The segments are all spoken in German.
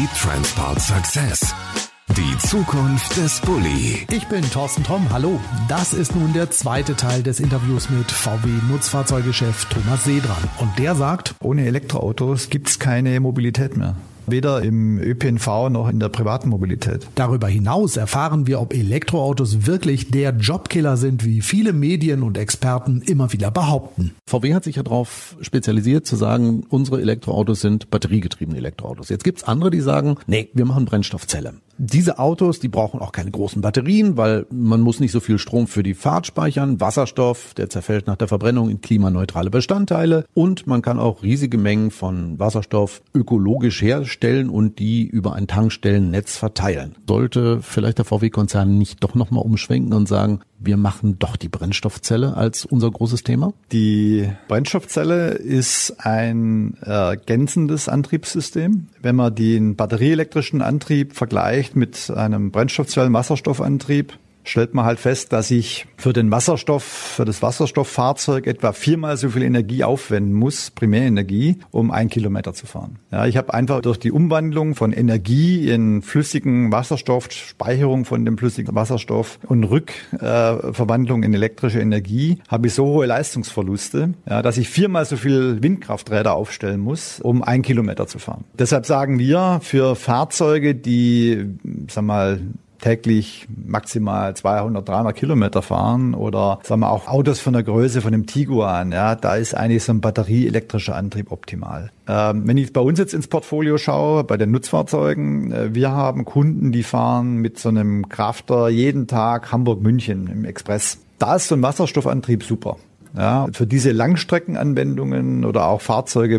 Bulli Transport Success. Die Zukunft des Bulli. Ich bin Thorsten Tromm, hallo. Das ist nun der zweite Teil des Interviews mit VW-Nutzfahrzeugchef Thomas Sedran. Und der sagt, ohne Elektroautos gibt's keine Mobilität mehr. Weder im ÖPNV noch in der privaten Mobilität. Darüber hinaus erfahren wir, ob Elektroautos wirklich der Jobkiller sind, wie viele Medien und Experten immer wieder behaupten. VW hat sich ja darauf spezialisiert zu sagen, unsere Elektroautos sind batteriegetriebene Elektroautos. Jetzt gibt's andere, die sagen, nee, wir machen Brennstoffzelle. Diese Autos, die brauchen auch keine großen Batterien, weil man muss nicht so viel Strom für die Fahrt speichern. Wasserstoff, der zerfällt nach der Verbrennung in klimaneutrale Bestandteile. Und man kann auch riesige Mengen von Wasserstoff ökologisch herstellen und die über ein Tankstellennetz verteilen. Sollte vielleicht der VW-Konzern nicht doch nochmal umschwenken und sagen, wir machen doch die Brennstoffzelle als unser großes Thema? Die Brennstoffzelle ist ein ergänzendes Antriebssystem. Wenn man den batterieelektrischen Antrieb vergleicht mit einem Brennstoffzellen-Wasserstoffantrieb, stellt man halt fest, dass ich für das Wasserstofffahrzeug etwa 4-mal so viel Energie aufwenden muss, Primärenergie, um 1 Kilometer zu fahren. Ja, ich habe einfach durch die Umwandlung von Energie in flüssigen Wasserstoff, Speicherung von dem flüssigen Wasserstoff und Rückverwandlung in elektrische Energie, habe ich so hohe Leistungsverluste, ja, dass ich 4-mal so viel Windkrafträder aufstellen muss, um 1 Kilometer zu fahren. Deshalb sagen wir, für Fahrzeuge, die, täglich maximal 200, 300 Kilometer fahren oder auch Autos von der Größe von einem Tiguan, ja, da ist eigentlich so ein batterieelektrischer Antrieb optimal. Wenn ich bei uns jetzt ins Portfolio schaue, bei den Nutzfahrzeugen, wir haben Kunden, die fahren mit so einem Crafter jeden Tag Hamburg-München im Express. Da ist so ein Wasserstoffantrieb super. Ja, für diese Langstreckenanwendungen oder auch Fahrzeuge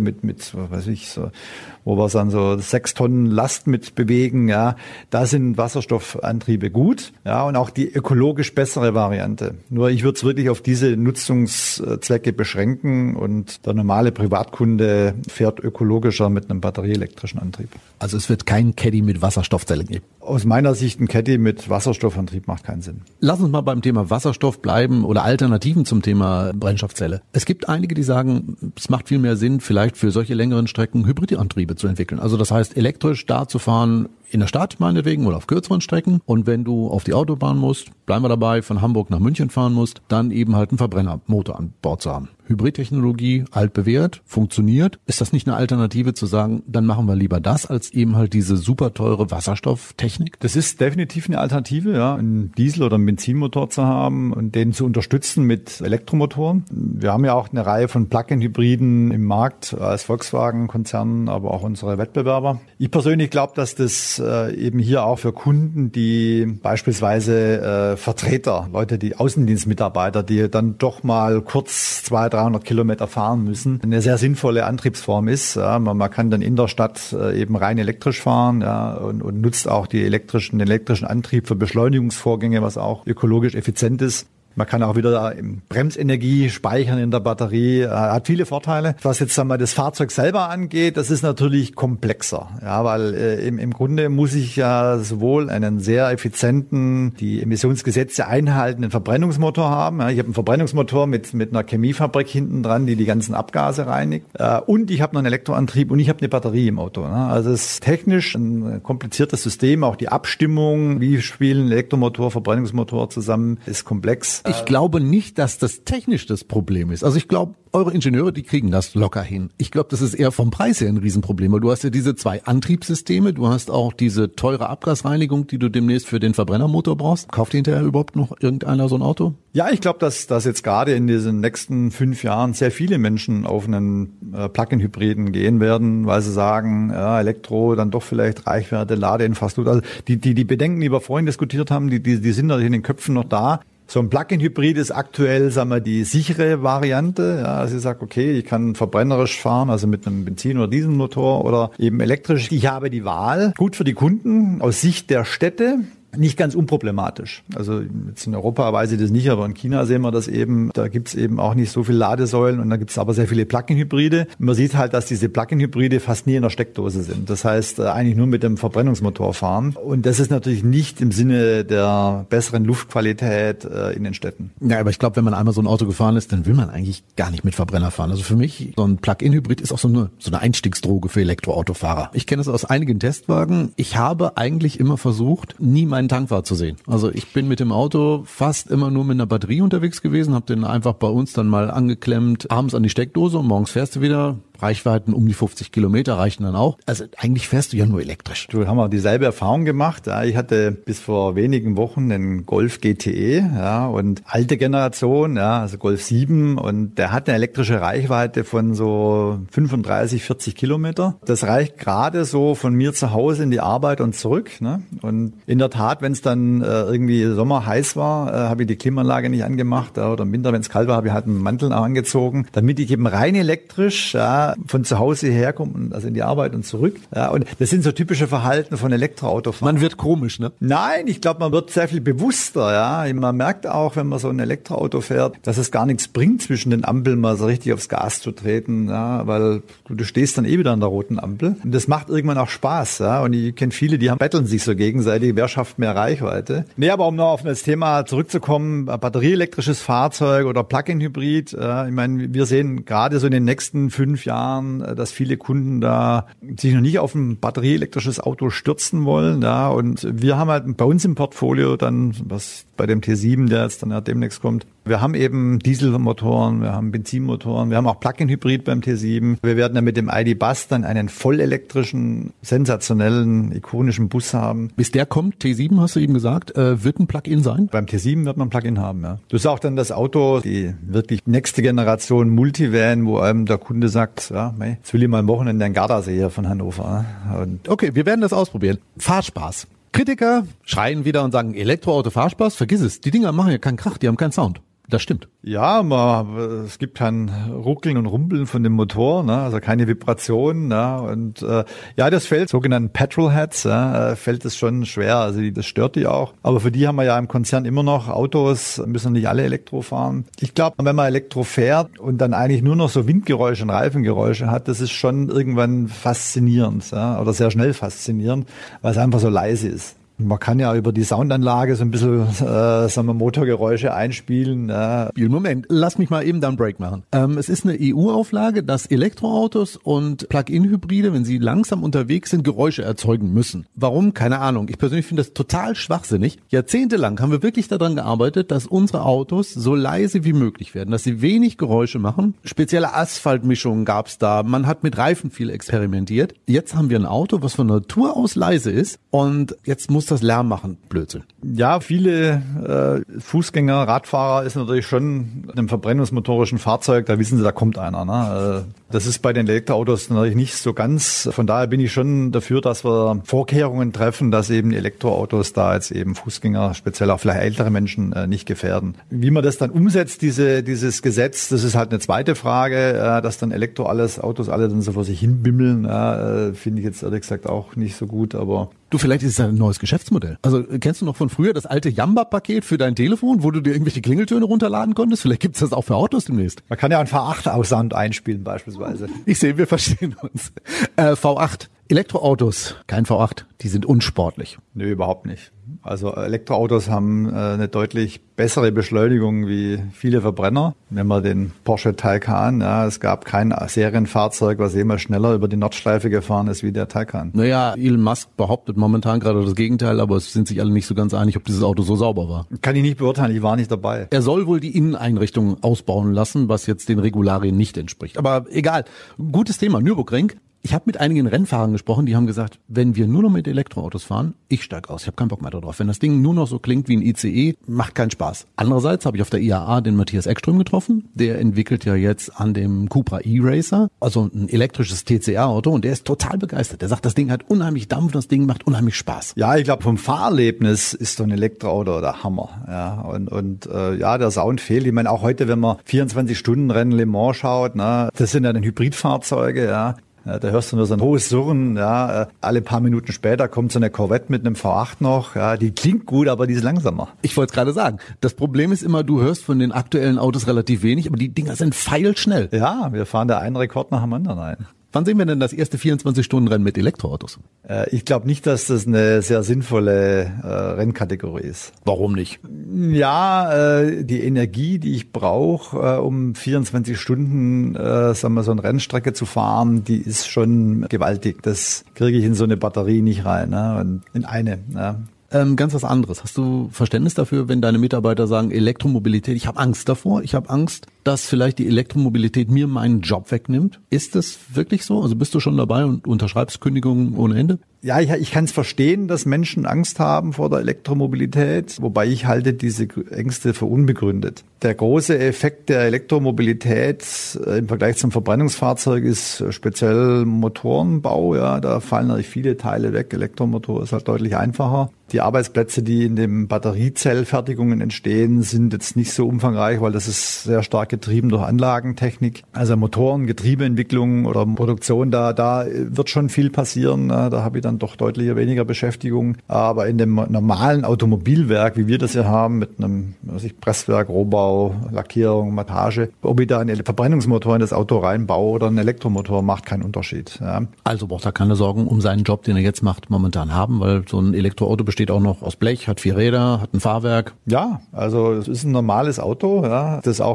wo wir dann so 6 Tonnen Last mit bewegen, ja, da sind Wasserstoffantriebe gut, ja, und auch die ökologisch bessere Variante. Nur ich würde es wirklich auf diese Nutzungszwecke beschränken und der normale Privatkunde fährt ökologischer mit einem batterieelektrischen Antrieb. Also es wird kein Caddy mit Wasserstoffzelle geben? Aus meiner Sicht ein Caddy mit Wasserstoffantrieb macht keinen Sinn. Lass uns mal beim Thema Wasserstoff bleiben oder Alternativen zum Thema Brennstoffzelle. Es gibt einige, die sagen, es macht viel mehr Sinn, vielleicht für solche längeren Strecken Hybridantriebe zu entwickeln. Also das heißt, elektrisch da zu fahren in der Stadt meinetwegen oder auf kürzeren Strecken. Und wenn du auf die Autobahn musst, bleiben wir dabei, von Hamburg nach München fahren musst, dann eben halt einen Verbrennermotor an Bord zu haben. Hybridtechnologie, altbewährt, funktioniert. Ist das nicht eine Alternative zu sagen, dann machen wir lieber das, als eben halt diese super teure Wasserstofftechnik? Das ist definitiv eine Alternative, ja, einen Diesel- oder einen Benzinmotor zu haben und den zu unterstützen mit Elektromotoren. Wir haben ja auch eine Reihe von Plug-in-Hybriden im Markt als Volkswagen-Konzern, aber auch unsere Wettbewerber. Ich persönlich glaube, dass das eben hier auch für Kunden, die beispielsweise Vertreter, Leute, die Außendienstmitarbeiter, die dann doch mal kurz 200-300 Kilometer fahren müssen, eine sehr sinnvolle Antriebsform ist. Ja, man kann dann in der Stadt eben rein elektrisch fahren, ja, und nutzt auch den elektrischen Antrieb für Beschleunigungsvorgänge, was auch ökologisch effizient ist. Man kann auch wieder Bremsenergie speichern in der Batterie, hat viele Vorteile. Was jetzt das Fahrzeug selber angeht, das ist natürlich komplexer, ja, weil im Grunde muss ich ja sowohl einen sehr effizienten, die Emissionsgesetze einhaltenden Verbrennungsmotor haben. Ja, ich habe einen Verbrennungsmotor mit einer Chemiefabrik hinten dran, die ganzen Abgase reinigt, und ich habe noch einen Elektroantrieb und ich habe eine Batterie im Auto. Ne? Also es ist technisch ein kompliziertes System, auch die Abstimmung, wie spielen Elektromotor, Verbrennungsmotor zusammen, ist komplex. Ich glaube nicht, dass das technisch das Problem ist. Also ich glaube, eure Ingenieure, die kriegen das locker hin. Ich glaube, das ist eher vom Preis her ein Riesenproblem, weil du hast ja diese 2 Antriebssysteme, du hast auch diese teure Abgasreinigung, die du demnächst für den Verbrennermotor brauchst. Kauft hinterher überhaupt noch irgendeiner so ein Auto? Ja, ich glaube, dass jetzt gerade in diesen nächsten 5 Jahren sehr viele Menschen auf einen Plug-in-Hybriden gehen werden, weil sie sagen, ja, Elektro, dann doch vielleicht Reichweite, Ladeinfrastruktur. Also die Bedenken, die wir vorhin diskutiert haben, die sind natürlich in den Köpfen noch da. So ein Plug-in-Hybrid ist aktuell, die sichere Variante. Ja, also ich sage, okay, ich kann verbrennerisch fahren, also mit einem Benzin- oder Dieselmotor oder eben elektrisch. Ich habe die Wahl. Gut für die Kunden aus Sicht der Städte. nicht ganz unproblematisch. Also jetzt in Europa weiß ich das nicht, aber in China sehen wir das eben. Da gibt's eben auch nicht so viele Ladesäulen und da gibt's aber sehr viele Plug-in-Hybride. Man sieht halt, dass diese Plug-in-Hybride fast nie in der Steckdose sind. Das heißt, eigentlich nur mit dem Verbrennungsmotor fahren. Und das ist natürlich nicht im Sinne der besseren Luftqualität in den Städten. Ja, aber ich glaube, wenn man einmal so ein Auto gefahren ist, dann will man eigentlich gar nicht mit Verbrenner fahren. Also für mich, so ein Plug-in-Hybrid ist auch so eine Einstiegsdroge für Elektroautofahrer. Ich kenne es aus einigen Testwagen. Ich habe eigentlich immer versucht, nie meinen Tankwart zu sehen. Also ich bin mit dem Auto fast immer nur mit einer Batterie unterwegs gewesen, habe den einfach bei uns dann mal angeklemmt, abends an die Steckdose und morgens fährst du wieder. Reichweiten um die 50 Kilometer reichen dann auch. Also eigentlich fährst du ja nur elektrisch. Du, haben wir dieselbe Erfahrung gemacht. Ja, ich hatte bis vor wenigen Wochen einen Golf GTE, ja, und alte Generation, ja, also Golf 7, und der hat eine elektrische Reichweite von so 35, 40 Kilometer. Das reicht gerade so von mir zu Hause in die Arbeit und zurück, ne? Und in der Tat, wenn es dann irgendwie Sommer heiß war, habe ich die Klimaanlage nicht angemacht, oder im Winter, wenn es kalt war, habe ich halt einen Mantel angezogen, damit ich eben rein elektrisch, ja, von zu Hause herkommen, also in die Arbeit und zurück. Ja, und das sind so typische Verhalten von Elektroautofahrern. Man wird komisch, ne? Nein, ich glaube, man wird sehr viel bewusster. Ja, man merkt auch, wenn man so ein Elektroauto fährt, dass es gar nichts bringt, zwischen den Ampeln mal so richtig aufs Gas zu treten, ja, weil du stehst dann wieder an der roten Ampel. Und das macht irgendwann auch Spaß. Ja, und ich kenne viele, die betteln sich so gegenseitig, wer schafft mehr Reichweite. Nee, aber um noch auf das Thema zurückzukommen, batterieelektrisches Fahrzeug oder Plug-in-Hybrid, ich meine, wir sehen gerade so in den nächsten 5 Jahren, dass viele Kunden da sich noch nicht auf ein batterieelektrisches Auto stürzen wollen. Ja, und wir haben halt bei uns im Portfolio dann, was bei dem T7, der jetzt dann ja demnächst kommt, wir haben eben Dieselmotoren, wir haben Benzinmotoren, wir haben auch Plug-in-Hybrid beim T7. Wir werden dann mit dem ID.Buzz dann einen vollelektrischen, sensationellen, ikonischen Bus haben. Bis der kommt, T7 hast du eben gesagt, wird ein Plug-in sein? Beim T7 wird man ein Plug-in haben, ja. Das ist auch dann das Auto, die wirklich nächste Generation Multivan, wo einem der Kunde sagt, ja, jetzt will ich mal am Wochenende den Gardasee hier von Hannover. Und okay, wir werden das ausprobieren. Fahrspaß. Kritiker schreien wieder und sagen, Elektroauto, Fahrspaß, vergiss es. Die Dinger machen ja keinen Krach, die haben keinen Sound. Das stimmt. Ja, es gibt kein Ruckeln und Rumpeln von dem Motor, ne? Also keine Vibration. Ne? Und ja, das fällt sogenannten Petrolheads, fällt es schon schwer. Also das stört die auch. Aber für die haben wir ja im Konzern immer noch Autos, müssen nicht alle Elektro fahren. Ich glaube, wenn man Elektro fährt und dann eigentlich nur noch so Windgeräusche und Reifengeräusche hat, das ist schon irgendwann faszinierend, ja? Oder sehr schnell faszinierend, weil es einfach so leise ist. Man kann ja über die Soundanlage so ein bisschen sagen wir, Motorgeräusche einspielen. Moment, lass mich mal eben da einen Break machen. Es ist eine EU-Auflage, dass Elektroautos und Plug-in-Hybride, wenn sie langsam unterwegs sind, Geräusche erzeugen müssen. Warum? Keine Ahnung. Ich persönlich finde das total schwachsinnig. Jahrzehntelang haben wir wirklich daran gearbeitet, dass unsere Autos so leise wie möglich werden, dass sie wenig Geräusche machen. Spezielle Asphaltmischungen gab es da. Man hat mit Reifen viel experimentiert. Jetzt haben wir ein Auto, was von Natur aus leise ist und jetzt muss das Lärm machen. Blödsinn. Ja, viele Fußgänger, Radfahrer ist natürlich schon in einem verbrennungsmotorischen Fahrzeug, da wissen sie, da kommt einer. Ne? Das ist bei den Elektroautos natürlich nicht so ganz. Von daher bin ich schon dafür, dass wir Vorkehrungen treffen, dass eben Elektroautos da jetzt eben Fußgänger, speziell auch vielleicht ältere Menschen, nicht gefährden. Wie man das dann umsetzt, dieses Gesetz, das ist halt eine zweite Frage, dass dann Autos alle dann so vor sich hin bimmeln, finde ich jetzt ehrlich gesagt auch nicht so gut, aber du, vielleicht ist es ein neues Geschäftsmodell. Also kennst du noch von früher das alte Jamba-Paket für dein Telefon, wo du dir irgendwelche Klingeltöne runterladen konntest? Vielleicht gibt's das auch für Autos demnächst. Man kann ja einen V8-Sound einspielen beispielsweise. Ich sehe, wir verstehen uns. V8. Elektroautos, kein V8, die sind unsportlich. Nö, überhaupt nicht. Also Elektroautos haben eine deutlich bessere Beschleunigung wie viele Verbrenner. Wenn man den Porsche Taycan, es gab kein Serienfahrzeug, was jemals schneller über die Nordschleife gefahren ist wie der Taycan. Naja, Elon Musk behauptet momentan gerade das Gegenteil, aber es sind sich alle nicht so ganz einig, ob dieses Auto so sauber war. Kann ich nicht beurteilen, ich war nicht dabei. Er soll wohl die Inneneinrichtung ausbauen lassen, was jetzt den Regularien nicht entspricht. Aber egal, gutes Thema, Nürburgring. Ich habe mit einigen Rennfahrern gesprochen, die haben gesagt, wenn wir nur noch mit Elektroautos fahren, ich steig aus, ich habe keinen Bock mehr darauf. Wenn das Ding nur noch so klingt wie ein ICE, macht keinen Spaß. Andererseits habe ich auf der IAA den Matthias Ekström getroffen, der entwickelt ja jetzt an dem Cupra E-Racer, also ein elektrisches TCR-Auto, und der ist total begeistert. Der sagt, das Ding hat unheimlich Dampf, das Ding macht unheimlich Spaß. Ja, ich glaube, vom Fahrerlebnis ist so ein Elektroauto der Hammer. Ja, und der Sound fehlt. Ich meine, auch heute, wenn man 24-Stunden-Rennen Le Mans schaut, das sind ja dann Hybridfahrzeuge, ja. Ja, da hörst du nur so ein hohes Surren. Ja, alle paar Minuten später kommt so eine Corvette mit einem V8 noch. Ja, die klingt gut, aber die ist langsamer. Ich wollte es gerade sagen. Das Problem ist immer, du hörst von den aktuellen Autos relativ wenig, aber die Dinger sind feilschnell. Ja, wir fahren da einen Rekord nach dem anderen ein. Wann sehen wir denn das erste 24-Stunden-Rennen mit Elektroautos? Ich glaube nicht, dass das eine sehr sinnvolle Rennkategorie ist. Warum nicht? Ja, die Energie, die ich brauche, um 24 Stunden sagen wir, so eine Rennstrecke zu fahren, die ist schon gewaltig. Das kriege ich in so eine Batterie nicht rein, ne? Und in eine. Ja. Ganz was anderes. Hast du Verständnis dafür, wenn deine Mitarbeiter sagen, Elektromobilität, ich habe Angst davor, ich habe Angst, dass vielleicht die Elektromobilität mir meinen Job wegnimmt? Ist das wirklich so? Also bist du schon dabei und unterschreibst Kündigungen ohne Ende? Ja, ich kann es verstehen, dass Menschen Angst haben vor der Elektromobilität, wobei ich halte diese Ängste für unbegründet. Der große Effekt der Elektromobilität im Vergleich zum Verbrennungsfahrzeug ist speziell Motorenbau. Ja, da fallen natürlich viele Teile weg. Elektromotor ist halt deutlich einfacher. Die Arbeitsplätze, die in den Batteriezellfertigungen entstehen, sind jetzt nicht so umfangreich, weil das ist sehr stark getrieben durch Anlagentechnik. Also Motoren, Getriebeentwicklung oder Produktion, da wird schon viel passieren. Da habe ich dann doch deutlich weniger Beschäftigung. Aber in dem normalen Automobilwerk, wie wir das hier haben, mit einem Presswerk, Rohbau, Lackierung, Montage, ob ich da einen Verbrennungsmotor in das Auto reinbaue oder einen Elektromotor, macht keinen Unterschied. Ja. Also braucht er keine Sorgen um seinen Job, den er jetzt macht, momentan haben, weil so ein Elektroauto besteht auch noch aus Blech, hat 4 Räder, hat ein Fahrwerk. Ja, also es ist ein normales Auto, ja, das auch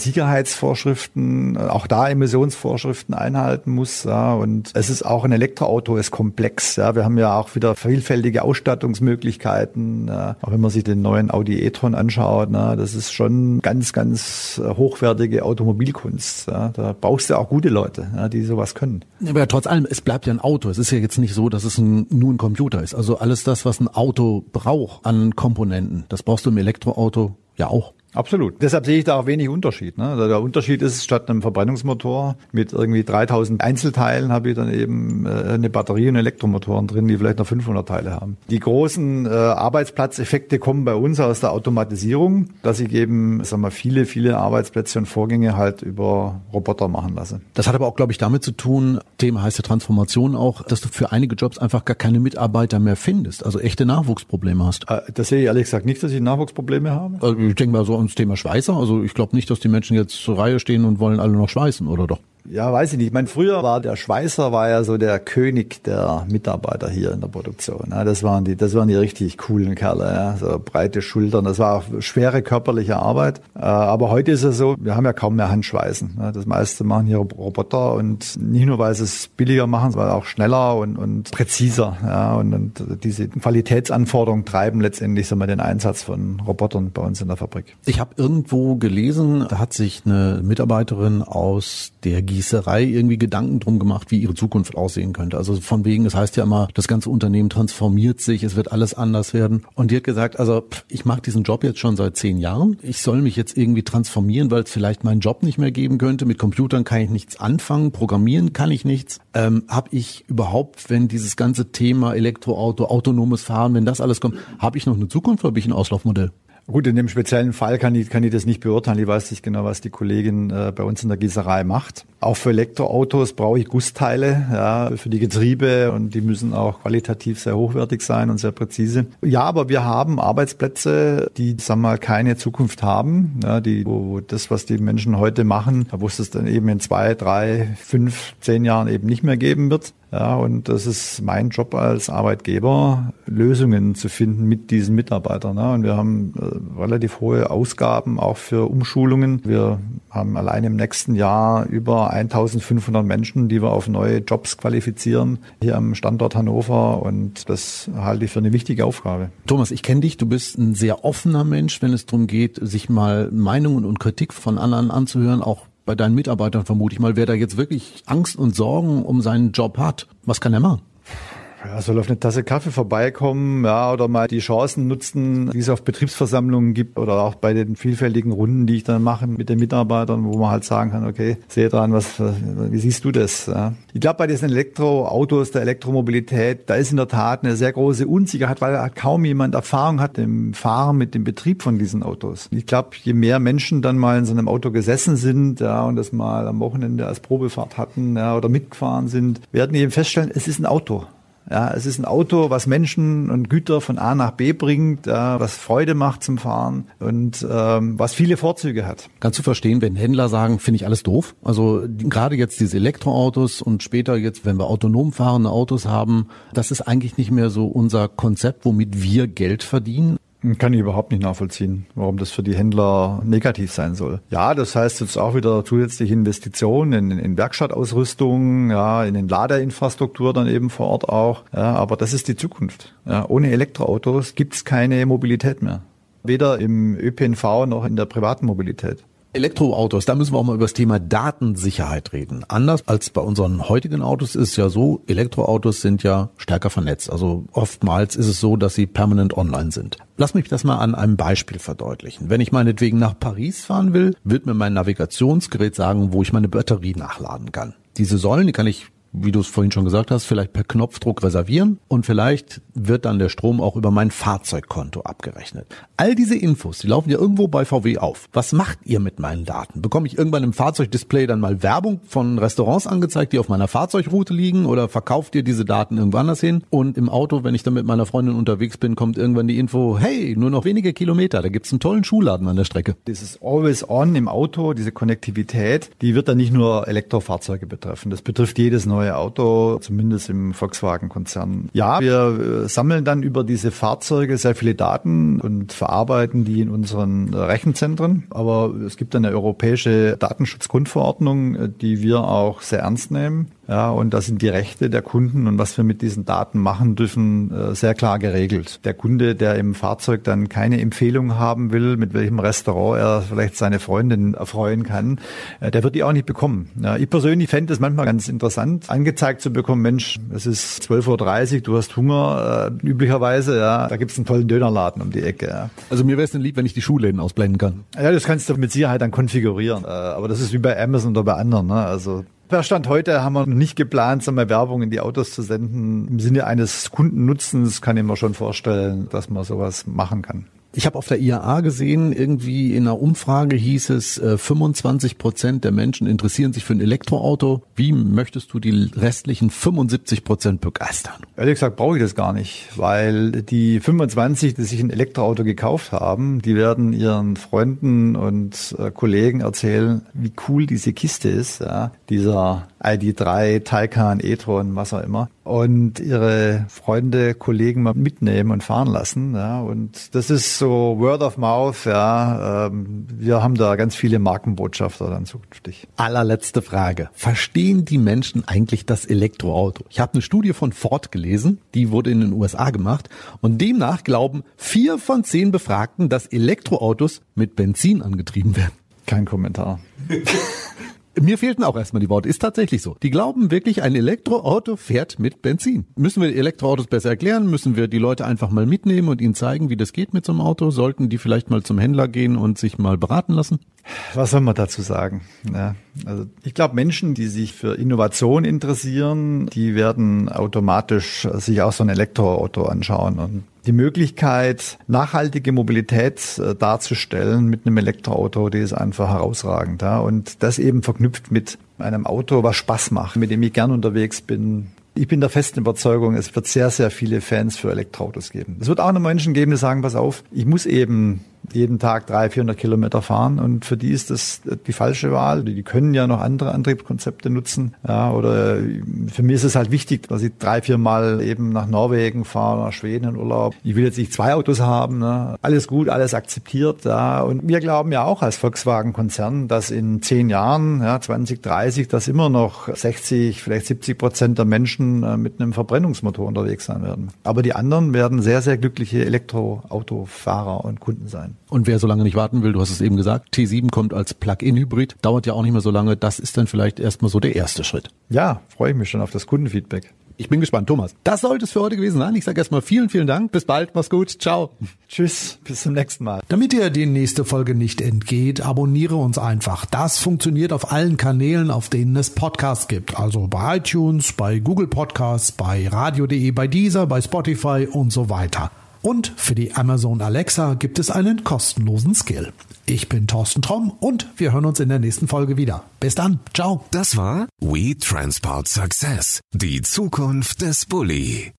Sicherheitsvorschriften, auch da Emissionsvorschriften einhalten muss. Ja, und es ist auch ein Elektroauto, ist komplex. Ja, wir haben ja auch wieder vielfältige Ausstattungsmöglichkeiten. Ja, auch wenn man sich den neuen Audi e-tron anschaut, na, das ist schon ganz, ganz hochwertige Automobilkunst. Ja, da brauchst du auch gute Leute, ja, die sowas können. Aber ja, trotz allem, es bleibt ja ein Auto. Es ist ja jetzt nicht so, dass es nur ein Computer ist. Also alles das, was ein Auto braucht an Komponenten, das brauchst du im Elektroauto ja auch. Absolut. Deshalb sehe ich da auch wenig Unterschied. Ne? Also der Unterschied ist, statt einem Verbrennungsmotor mit irgendwie 3000 Einzelteilen habe ich dann eben eine Batterie und Elektromotoren drin, die vielleicht noch 500 Teile haben. Die großen Arbeitsplatzeffekte kommen bei uns aus der Automatisierung, dass ich eben viele Arbeitsplätze und Vorgänge halt über Roboter machen lasse. Das hat aber auch, glaube ich, damit zu tun, Thema heißt ja Transformation auch, dass du für einige Jobs einfach gar keine Mitarbeiter mehr findest, also echte Nachwuchsprobleme hast. Das sehe ich ehrlich gesagt nicht, dass ich Nachwuchsprobleme habe. Also ich denke mal so ans Thema Schweißer. Also ich glaube nicht, dass die Menschen jetzt zur Reihe stehen und wollen alle noch schweißen, oder doch? Ja, weiß ich nicht. Ich meine, früher war der Schweißer ja so der König der Mitarbeiter hier in der Produktion. Ja, das waren die richtig coolen Kerle, ja, so breite Schultern. Das war auch schwere körperliche Arbeit. Aber heute ist es so, wir haben ja kaum mehr Handschweißen. Ja, das meiste machen hier Roboter und nicht nur, weil sie es billiger machen, sondern auch schneller und präziser. Ja, und diese Qualitätsanforderungen treiben letztendlich den Einsatz von Robotern bei uns in der Fabrik. Ich habe irgendwo gelesen, da hat sich eine Mitarbeiterin aus der Gießerei irgendwie Gedanken drum gemacht, wie ihre Zukunft aussehen könnte. Also von wegen, es heißt ja immer, das ganze Unternehmen transformiert sich, es wird alles anders werden. Und die hat gesagt, also ich mache diesen Job jetzt schon seit 10 Jahren. Ich soll mich jetzt irgendwie transformieren, weil es vielleicht meinen Job nicht mehr geben könnte. Mit Computern kann ich nichts anfangen, programmieren kann ich nichts. Habe ich überhaupt, wenn dieses ganze Thema Elektroauto, autonomes Fahren, wenn das alles kommt, habe ich noch eine Zukunft oder bin ich ein Auslaufmodell? Gut, in dem speziellen Fall kann ich das nicht beurteilen. Ich weiß nicht genau, was die Kollegin bei uns in der Gießerei macht. Auch für Elektroautos brauche ich Gussteile, ja, für die Getriebe, und die müssen auch qualitativ sehr hochwertig sein und sehr präzise. Ja, aber wir haben Arbeitsplätze, die, keine Zukunft haben, ja, wo das, was die Menschen heute machen, wo es dann eben in 2, 3, 5, 10 Jahren eben nicht mehr geben wird. Ja, und das ist mein Job als Arbeitgeber, Lösungen zu finden mit diesen Mitarbeitern. Ja. Und wir haben relativ hohe Ausgaben auch für Umschulungen. Wir haben allein im nächsten Jahr über 1500 Menschen, die wir auf neue Jobs qualifizieren, hier am Standort Hannover. Und das halte ich für eine wichtige Aufgabe. Thomas, ich kenne dich. Du bist ein sehr offener Mensch, wenn es darum geht, sich mal Meinungen und Kritik von anderen anzuhören, auch bei deinen Mitarbeitern vermute ich mal, wer da jetzt wirklich Angst und Sorgen um seinen Job hat, was kann er machen? Ja, soll auf eine Tasse Kaffee vorbeikommen, ja, oder mal die Chancen nutzen, die es auf Betriebsversammlungen gibt oder auch bei den vielfältigen Runden, die ich dann mache mit den Mitarbeitern, wo man halt sagen kann, okay, Sedran, wie siehst du das? Ja. Ich glaube, bei diesen Elektroautos, der Elektromobilität, da ist in der Tat eine sehr große Unsicherheit, weil halt kaum jemand Erfahrung hat im Fahren mit dem Betrieb von diesen Autos. Ich glaube, je mehr Menschen dann mal in so einem Auto gesessen sind, ja, und das mal am Wochenende als Probefahrt hatten, ja, oder mitgefahren sind, werden eben feststellen, es ist ein Auto. Ja, es ist ein Auto, was Menschen und Güter von A nach B bringt, ja, was Freude macht zum Fahren und was viele Vorzüge hat. Kannst du verstehen, wenn Händler sagen, finde ich alles doof? Also gerade jetzt diese Elektroautos und später jetzt, wenn wir autonom fahrende Autos haben, das ist eigentlich nicht mehr so unser Konzept, womit wir Geld verdienen. Kann ich überhaupt nicht nachvollziehen, warum das für die Händler negativ sein soll. Ja, das heißt jetzt auch wieder zusätzliche Investitionen in Werkstattausrüstung, ja, in den Ladeinfrastruktur dann eben vor Ort auch. Ja, aber das ist die Zukunft. Ja, ohne Elektroautos gibt's keine Mobilität mehr. Weder im ÖPNV noch in der privaten Mobilität. Elektroautos, da müssen wir auch mal über das Thema Datensicherheit reden. Anders als bei unseren heutigen Autos ist es ja so, Elektroautos sind ja stärker vernetzt. Also oftmals ist es so, dass sie permanent online sind. Lass mich das mal an einem Beispiel verdeutlichen. Wenn ich meinetwegen nach Paris fahren will, wird mir mein Navigationsgerät sagen, wo ich meine Batterie nachladen kann. Diese Säulen, die kann ich, wie du es vorhin schon gesagt hast, vielleicht per Knopfdruck reservieren und vielleicht wird dann der Strom auch über mein Fahrzeugkonto abgerechnet. All diese Infos, die laufen ja irgendwo bei VW auf. Was macht ihr mit meinen Daten? Bekomme ich irgendwann im Fahrzeugdisplay dann mal Werbung von Restaurants angezeigt, die auf meiner Fahrzeugroute liegen, oder verkauft ihr diese Daten irgendwo anders hin? Und im Auto, wenn ich dann mit meiner Freundin unterwegs bin, kommt irgendwann die Info, hey, nur noch wenige Kilometer, da gibt's einen tollen Schuhladen an der Strecke. Dieses Always On im Auto, diese Konnektivität, die wird dann nicht nur Elektrofahrzeuge betreffen. Das betrifft jedes neue Auto, zumindest im Volkswagen-Konzern. Ja, wir sammeln dann über diese Fahrzeuge sehr viele Daten und verarbeiten die in unseren Rechenzentren. Aber es gibt eine europäische Datenschutzgrundverordnung, die wir auch sehr ernst nehmen. Ja, und da sind die Rechte der Kunden und was wir mit diesen Daten machen dürfen, sehr klar geregelt. Der Kunde, der im Fahrzeug dann keine Empfehlung haben will, mit welchem Restaurant er vielleicht seine Freundin erfreuen kann, der wird die auch nicht bekommen. Ja, ich persönlich fände es manchmal ganz interessant, angezeigt zu bekommen, Mensch, es ist 12:30 Uhr, du hast Hunger, üblicherweise, ja, da gibt's einen tollen Dönerladen um die Ecke. Ja. Also mir wäre es denn lieb, wenn ich die Schuhläden ausblenden kann. Ja, das kannst du mit Sicherheit dann konfigurieren. Aber das ist wie bei Amazon oder bei anderen, ne? Also per Stand heute haben wir nicht geplant, Werbung in die Autos zu senden. Im Sinne eines Kundennutzens kann ich mir schon vorstellen, dass man sowas machen kann. Ich habe auf der IAA gesehen, irgendwie in einer Umfrage hieß es, 25% der Menschen interessieren sich für ein Elektroauto. Wie möchtest du die restlichen 75% begeistern? Ehrlich gesagt brauche ich das gar nicht, weil die 25, die sich ein Elektroauto gekauft haben, die werden ihren Freunden und Kollegen erzählen, wie cool diese Kiste ist, ja, dieser ID.3, Taycan, e-tron, was auch immer. Und ihre Freunde, Kollegen mal mitnehmen und fahren lassen. Ja. Und das ist so Word of Mouth. Ja. Wir haben da ganz viele Markenbotschafter dann zukünftig. Allerletzte Frage. Verstehen die Menschen eigentlich das Elektroauto? Ich habe eine Studie von Ford gelesen, die wurde in den USA gemacht. Und demnach glauben 4 von 10 Befragten, dass Elektroautos mit Benzin angetrieben werden. Kein Kommentar. Mir fehlten auch erstmal die Worte. Ist tatsächlich so. Die glauben wirklich, ein Elektroauto fährt mit Benzin. Müssen wir Elektroautos besser erklären? Müssen wir die Leute einfach mal mitnehmen und ihnen zeigen, wie das geht mit so einem Auto? Sollten die vielleicht mal zum Händler gehen und sich mal beraten lassen? Was soll man dazu sagen? Ja, also ich glaube, Menschen, die sich für Innovation interessieren, die werden automatisch sich auch so ein Elektroauto anschauen. Und die Möglichkeit, nachhaltige Mobilität darzustellen mit einem Elektroauto, die ist einfach herausragend. Ja? Und das eben verknüpft mit einem Auto, was Spaß macht, mit dem ich gern unterwegs bin. Ich bin der festen Überzeugung, es wird sehr, sehr viele Fans für Elektroautos geben. Es wird auch noch Menschen geben, die sagen, pass auf, ich muss eben jeden Tag 300-400 Kilometer fahren und für die ist das die falsche Wahl. Die können ja noch andere Antriebskonzepte nutzen. Ja, oder für mich ist es halt wichtig, dass ich 3-4 Mal eben nach Norwegen fahre, nach Schweden in Urlaub. Ich will jetzt nicht 2 Autos haben. Ne? Alles gut, alles akzeptiert. Ja. Und wir glauben ja auch als Volkswagen-Konzern, dass in 10 Jahren, ja, 2030, dass immer noch 60, vielleicht 70% der Menschen mit einem Verbrennungsmotor unterwegs sein werden. Aber die anderen werden sehr, sehr glückliche Elektroautofahrer und Kunden sein. Und wer so lange nicht warten will, du hast es eben gesagt, T7 kommt als Plug-in-Hybrid, dauert ja auch nicht mehr so lange. Das ist dann vielleicht erstmal so der erste Schritt. Ja, freue ich mich schon auf das Kundenfeedback. Ich bin gespannt. Thomas, das sollte es für heute gewesen sein. Ich sage erstmal vielen, vielen Dank. Bis bald. Mach's gut. Ciao. Tschüss. Bis zum nächsten Mal. Damit ihr die nächste Folge nicht entgeht, abonniere uns einfach. Das funktioniert auf allen Kanälen, auf denen es Podcasts gibt. Also bei iTunes, bei Google Podcasts, bei radio.de, bei Deezer, bei Spotify und so weiter. Und für die Amazon Alexa gibt es einen kostenlosen Skill. Ich bin Thorsten Tromm und wir hören uns in der nächsten Folge wieder. Bis dann. Ciao. Das war We Transport Success. Die Zukunft des Bulli.